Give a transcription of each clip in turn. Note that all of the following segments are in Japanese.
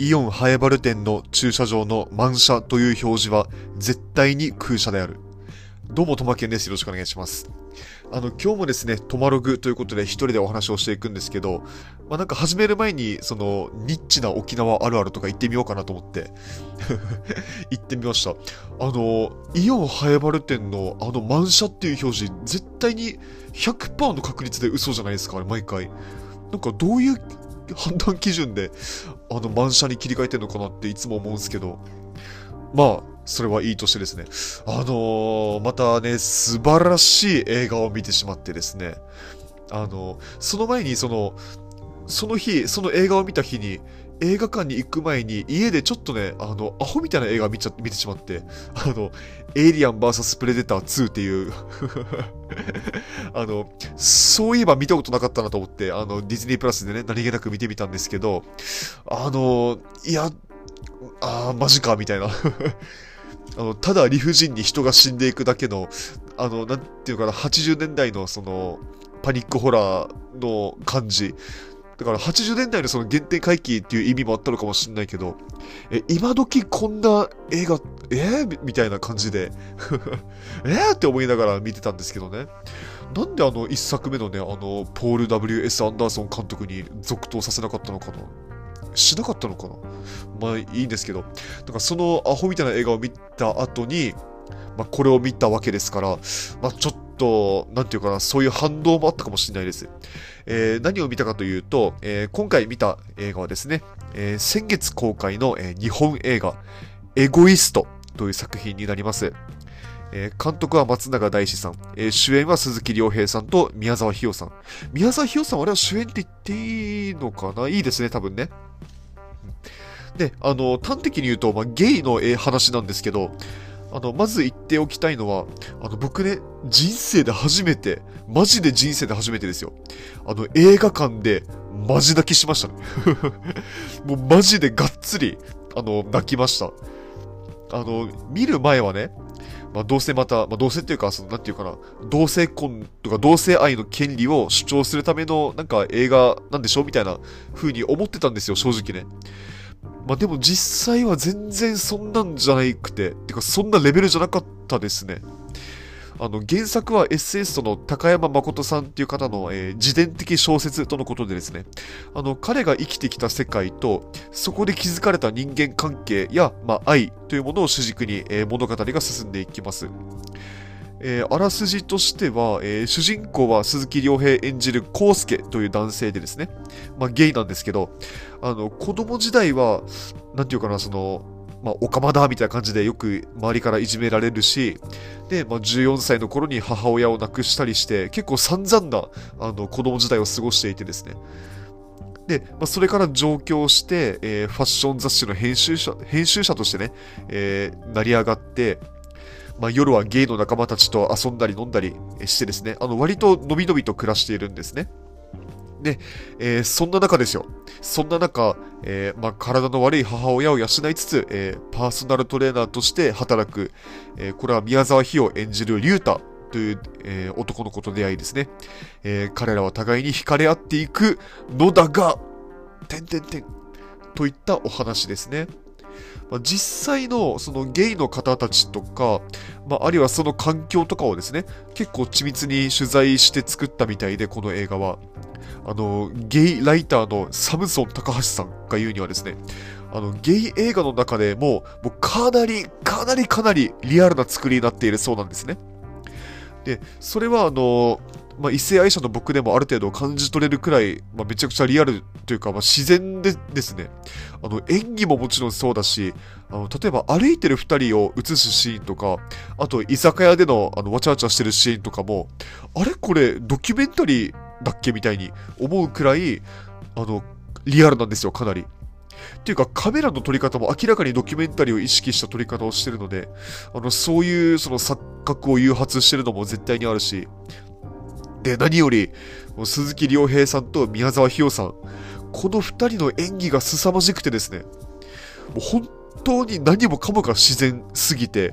イオンハエバル店の駐車場の満車という表示は絶対に空車である。どうも、とまけんです。よろしくお願いします。今日もですね、トマログということで一人でお話をしていくんですけど、なんか始める前に、ニッチな沖縄あるあるとか言ってみようかなと思って、言ってみました。イオンハエバル店の満車っていう表示、絶対に 100% の確率で嘘じゃないですか、毎回。なんかどういう判断基準で、満車に切り替えてんのかなっていつも思うんですけど、それはいいとしてですね。またね、素晴らしい映画を見てしまってですね。その前にその日、その映画を見た日に、映画館に行く前に家でちょっとね、アホみたいな映画見てしまって、エイリアン VS プレデター2っていうそういえば見たことなかったなと思って、ディズニープラスでね、何気なく見てみたんですけど、マジか、みたいな。ただ理不尽に人が死んでいくだけの、なんていうかな、80年代のパニックホラーの感じ。だから80年代の原点回帰っていう意味もあったのかもしれないけど、今時こんな映画、みたいな感じで、って思いながら見てたんですけどね。なんで一作目のね、ポール W.S. アンダーソン監督に続投させなかったのかな。しなかったのかな。いいんですけど。だからそのアホみたいな映画を見た後に、これを見たわけですから、ちょっと、なんていうかな、そういう反動もあったかもしれないです。何を見たかというと、今回見た映画はですね、先月公開の、日本映画、エゴイストという作品になります。監督は松永大志さん、主演は鈴木亮平さんと宮沢ひよさん。宮沢ひよさんはあれは主演って言っていいのかな。いいですね、多分ね。で、端的に言うと、ゲイの話なんですけど、まず言っておきたいのは、僕ね、マジで人生で初めてですよ。映画館で、マジ泣きしましたね。もうマジでがっつり、泣きました。見る前はね、どうせっていうか、なんていうかな、同性婚とか同性愛の権利を主張するための、なんか映画なんでしょみたいな風に思ってたんですよ、正直ね。でも実際は全然そんなんじゃなくて、てかそんなレベルじゃなかったですね。原作はエッセイストの高山誠さんっていう方の、自伝的小説とのことでですね、彼が生きてきた世界と、そこで築かれた人間関係や、愛というものを主軸に、物語が進んでいきます。あらすじとしては、主人公は鈴木亮平演じる康介という男性でですね、ゲイなんですけど、子供時代は、なんていうかな、オカマだみたいな感じでよく周りからいじめられるし、で、14歳の頃に母親を亡くしたりして、結構散々な子供時代を過ごしていてですね。で、それから上京して、ファッション雑誌の編集者としてね、成り上がって、夜はゲイの仲間たちと遊んだり飲んだりしてですね、割とのびのびと暮らしているんですね。で、そんな中ですよ。そんな中、体の悪い母親を養いつつ、パーソナルトレーナーとして働く、これは宮沢ひよ演じる龍太という、男の子と出会いですね。彼らは互いに惹かれ合っていくのだが、といったお話ですね。実際のそのゲイの方たちとか、あるいはその環境とかをですね、結構緻密に取材して作ったみたいで、この映画は。ゲイライターのサムソン高橋さんが言うにはですね、ゲイ映画の中でもうかなりリアルな作りになっているそうなんですね。で、それは異性愛者の僕でもある程度感じ取れるくらい、めちゃくちゃリアルというか、自然でですね、演技ももちろんそうだし、例えば歩いてる二人を映すシーンとか、あと居酒屋でのわちゃわちゃしてるシーンとかも、あれこれドキュメンタリーだっけみたいに思うくらい、リアルなんですよ、かなり。っていうか、カメラの撮り方も明らかにドキュメンタリーを意識した撮り方をしてるので、そういうその錯覚を誘発してるのも絶対にあるし、で、何より、鈴木亮平さんと宮沢ひよさん、この二人の演技が凄まじくてですね、もう本当に何もかもが自然すぎて、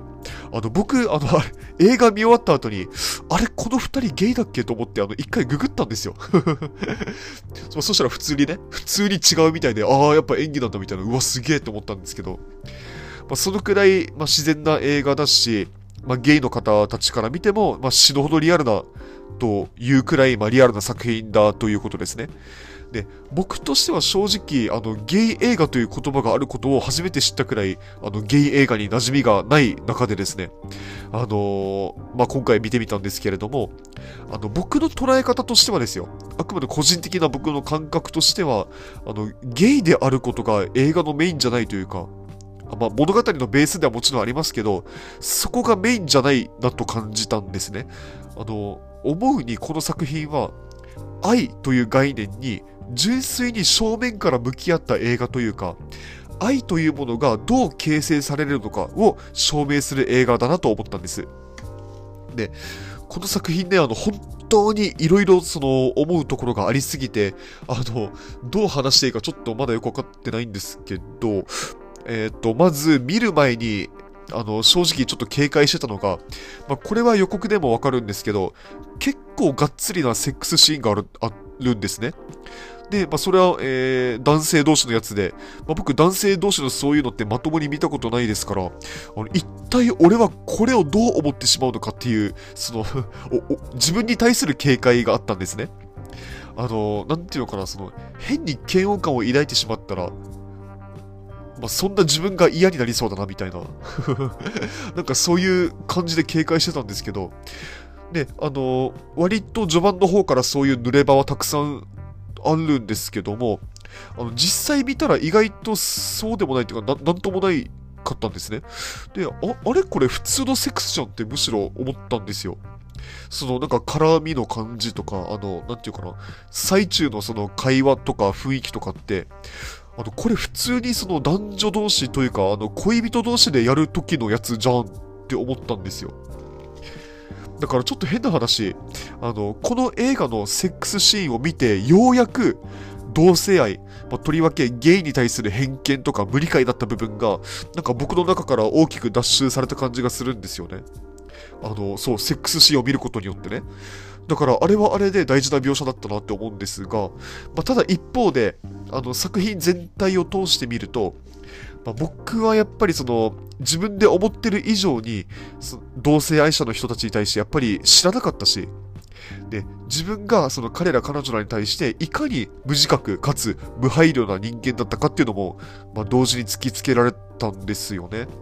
僕、映画見終わった後に、あれ、この二人ゲイだっけと思って、一回ググったんですよ。そしたら普通に違うみたいで、やっぱ演技なんだみたいな、うわ、すげえと思ったんですけど、そのくらい、自然な映画だし、ゲイの方たちから見ても、死ぬほどリアルな、というくらい、リアルな作品だということですね。で、僕としては正直、ゲイ映画という言葉があることを初めて知ったくらい、ゲイ映画に馴染みがない中でですね、今回見てみたんですけれども、僕の捉え方としてはですよ、あくまで個人的な僕の感覚としては、ゲイであることが映画のメインじゃないというか、物語のベースではもちろんありますけど、そこがメインじゃないなと感じたんですね。思うにこの作品は、愛という概念に純粋に正面から向き合った映画というか、愛というものがどう形成されるのかを証明する映画だなと思ったんです。で、この作品ね、本当にいろいろ思うところがありすぎて、どう話していいかちょっとまだよくわかってないんですけど、まず見る前に、正直ちょっと警戒してたのが、これは予告でもわかるんですけど、結構がっつりなセックスシーンがあるんですね。で、それは、男性同士のやつで、僕男性同士のそういうのってまともに見たことないですから、一体俺はこれをどう思ってしまうのかっていう、自分に対する警戒があったんですね。なんていうのかな、変に嫌悪感を抱いてしまったら、そんな自分が嫌になりそうだなみたいななんかそういう感じで警戒してたんですけど、ね、割と序盤の方からそういう濡れ場はたくさんあるんですけども、実際見たら意外とそうでもないというか、なんともないかったんですね。で、あれこれ普通のセックスじゃんってむしろ思ったんですよ。なんか絡みの感じとか、なんていうかな、最中の会話とか雰囲気とかって、これ普通に男女同士というか、恋人同士でやる時のやつじゃんって思ったんですよ。だからちょっと変な話、この映画のセックスシーンを見て、ようやく同性愛、とりわけゲイに対する偏見とか無理解だった部分が、なんか僕の中から大きく脱臭された感じがするんですよね。そう、セックスシーンを見ることによってね。だからあれはあれで大事な描写だったなって思うんですが、ただ一方で、作品全体を通してみると、僕はやっぱり自分で思ってる以上に、同性愛者の人たちに対してやっぱり知らなかったし、で、自分が彼ら彼女らに対していかに無自覚かつ無配慮な人間だったかっていうのも、同時に突きつけられたんですよね。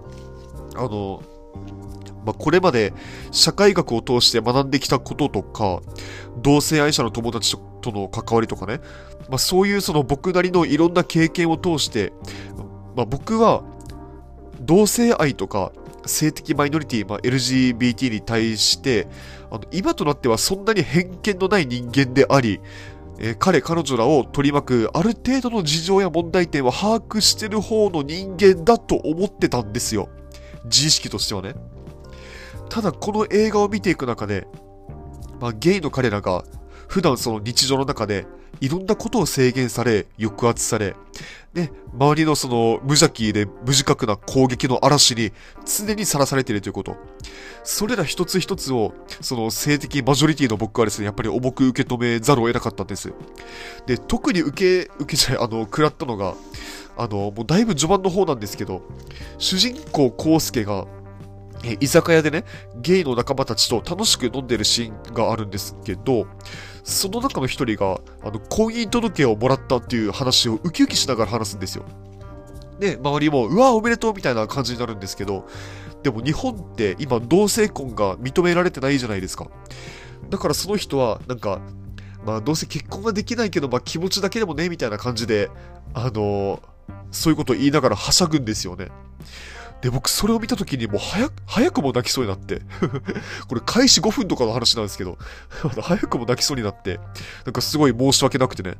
これまで社会学を通して学んできたこととか、同性愛者の友達との関わりとかね、そういう僕なりのいろんな経験を通して、僕は同性愛とか性的マイノリティ、LGBT に対して、今となってはそんなに偏見のない人間であり、彼女らを取り巻くある程度の事情や問題点は把握してる方の人間だと思ってたんですよ。自意識としてはね。ただこの映画を見ていく中で、ゲイの彼らが普段日常の中でいろんなことを制限され、抑圧され、で、周りの無邪気で無自覚な攻撃の嵐に常にさらされているということ。それら一つ一つを、性的マジョリティの僕はですね、やっぱり重く受け止めざるを得なかったんです。で、特に食らったのが、もうだいぶ序盤の方なんですけど、主人公コウスケが、居酒屋でね、ゲイの仲間たちと楽しく飲んでるシーンがあるんですけど、その中の一人が、婚姻届をもらったっていう話をウキウキしながら話すんですよ。で、周りも、うわ、おめでとうみたいな感じになるんですけど、でも日本って今同性婚が認められてないじゃないですか。だからその人は、なんか、どうせ結婚ができないけど、気持ちだけでもね、みたいな感じで、そういうことを言いながらはしゃぐんですよね。で、僕それを見た時にもう早くも泣きそうになって。これ開始5分とかの話なんですけど、早くも泣きそうになって、なんかすごい申し訳なくてね。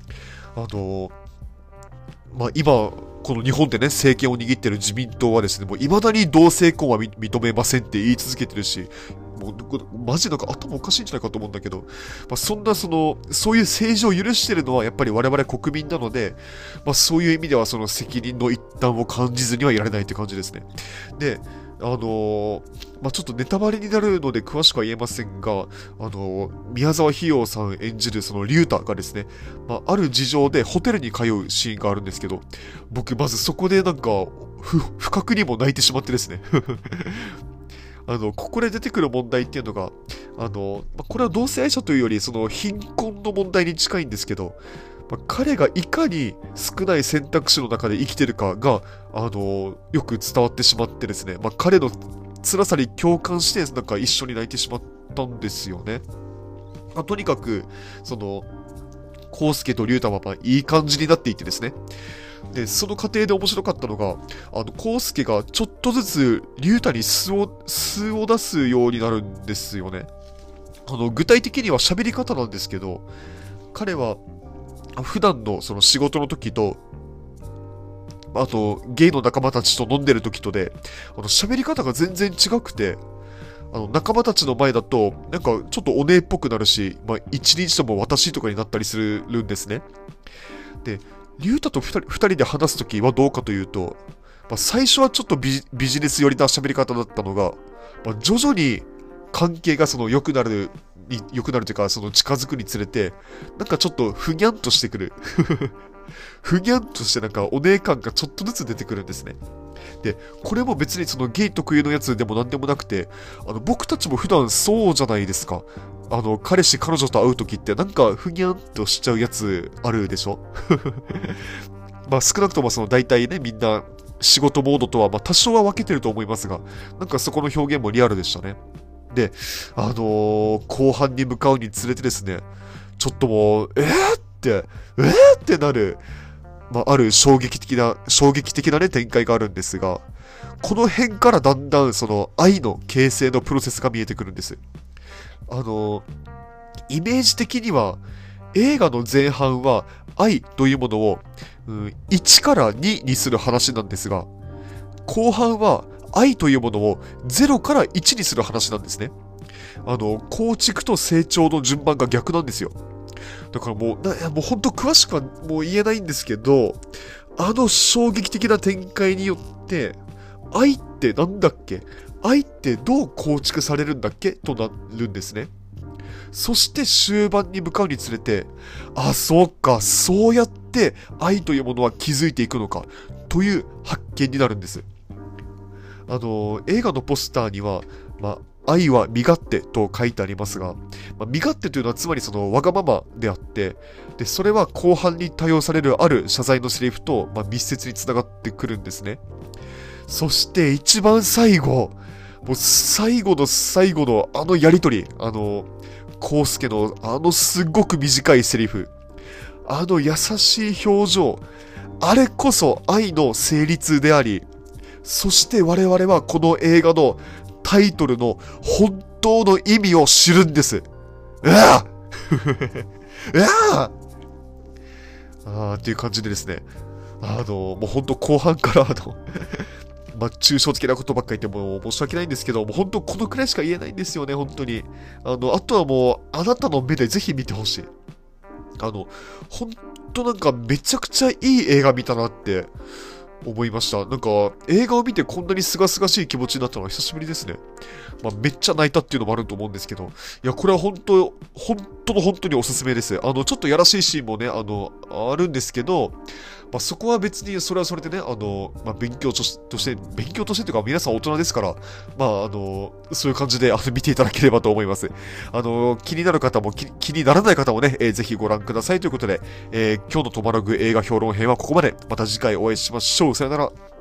今、この日本でね、政権を握ってる自民党はですね、もう未だに同性婚は認めませんって言い続けてるし、もう、マジなんか頭おかしいんじゃないかと思うんだけど、そんなそういう政治を許してるのはやっぱり我々国民なので、そういう意味では責任の一端を感じずにはいられないって感じですね。で、 ちょっとネタバレになるので詳しくは言えませんが、宮沢ひよさん演じるその龍太がですね、ある事情でホテルに通うシーンがあるんですけど、僕まずそこでなんか、不覚にも泣いてしまってですね。ここで出てくる問題っていうのが、これは同性愛者というより、その貧困の問題に近いんですけど、彼がいかに少ない選択肢の中で生きてるかが、よく伝わってしまってですね、彼の辛さに共感して、なんか一緒に泣いてしまったんですよね。とにかく、康介と龍太はいい感じになっていってですね。で、その過程で面白かったのが、康介がちょっとずつ龍太に素を出すようになるんですよね。具体的には喋り方なんですけど、彼は、普段のその仕事の時と、あと、ゲイの仲間たちと飲んでる時とで、喋り方が全然違くて、仲間たちの前だと、なんかちょっとお姉っぽくなるし、一日とも私とかになったりするんですね。で、龍太と二人で話す時はどうかというと、最初はちょっとビジネス寄りな喋り方だったのが、徐々に関係が良くなるというか、近づくにつれて、なんかちょっとふにゃんとしてくる。ふにゃんとしてなんかお姉感がちょっとずつ出てくるんですね。で、これも別にゲイ特有のやつでもなんでもなくて、僕たちも普段そうじゃないですか。彼氏彼女と会う時ってなんかふにゃんとしちゃうやつあるでしょ。少なくとも大体ね、みんな仕事モードとは多少は分けてると思いますが、なんかそこの表現もリアルでしたね。で、後半に向かうにつれてですね、ちょっともう、ってなる、ある衝撃的なね、展開があるんですが、この辺からだんだん愛の形成のプロセスが見えてくるんです。イメージ的には、映画の前半は愛というものを、1から2にする話なんですが、後半は愛というものを0から1にする話なんですね。構築と成長の順番が逆なんですよ。だからもう本当詳しくはもう言えないんですけど、衝撃的な展開によって、愛ってなんだっけ？愛ってどう構築されるんだっけとなるんですね。そして終盤に向かうにつれて、そうか、そうやって愛というものは築いていくのか、という発見になるんです。映画のポスターには、愛は身勝手と書いてありますが、身勝手というのはつまりわがままであって、で、それは後半に多用されるある謝罪のセリフと、密接につながってくるんですね。そして一番最後、もう最後の最後のやりとり、康介のすっごく短いセリフ、優しい表情、あれこそ愛の成立であり、そして我々はこの映画のタイトルの本当の意味を知るんです。っていう感じでですね、もう本当後半から抽象的なことばっかり言っても申し訳ないんですけど、もう本当このくらいしか言えないんですよね、本当に。あとはもう、あなたの目でぜひ見てほしい。本当なんかめちゃくちゃいい映画見たなって思いました。なんか映画を見てこんなに清々しい気持ちになったのは久しぶりですね。めっちゃ泣いたっていうのもあると思うんですけど、いや、これは本当におすすめです。ちょっとやらしいシーンもね、あるんですけど、そこは別にそれはそれでね、勉強としてというか皆さん大人ですから、そういう感じで見ていただければと思います。気になる方も気にならない方もね、ぜひご覧くださいということで、今日のトマログ映画評論編はここまで。また次回お会いしましょう。さよなら。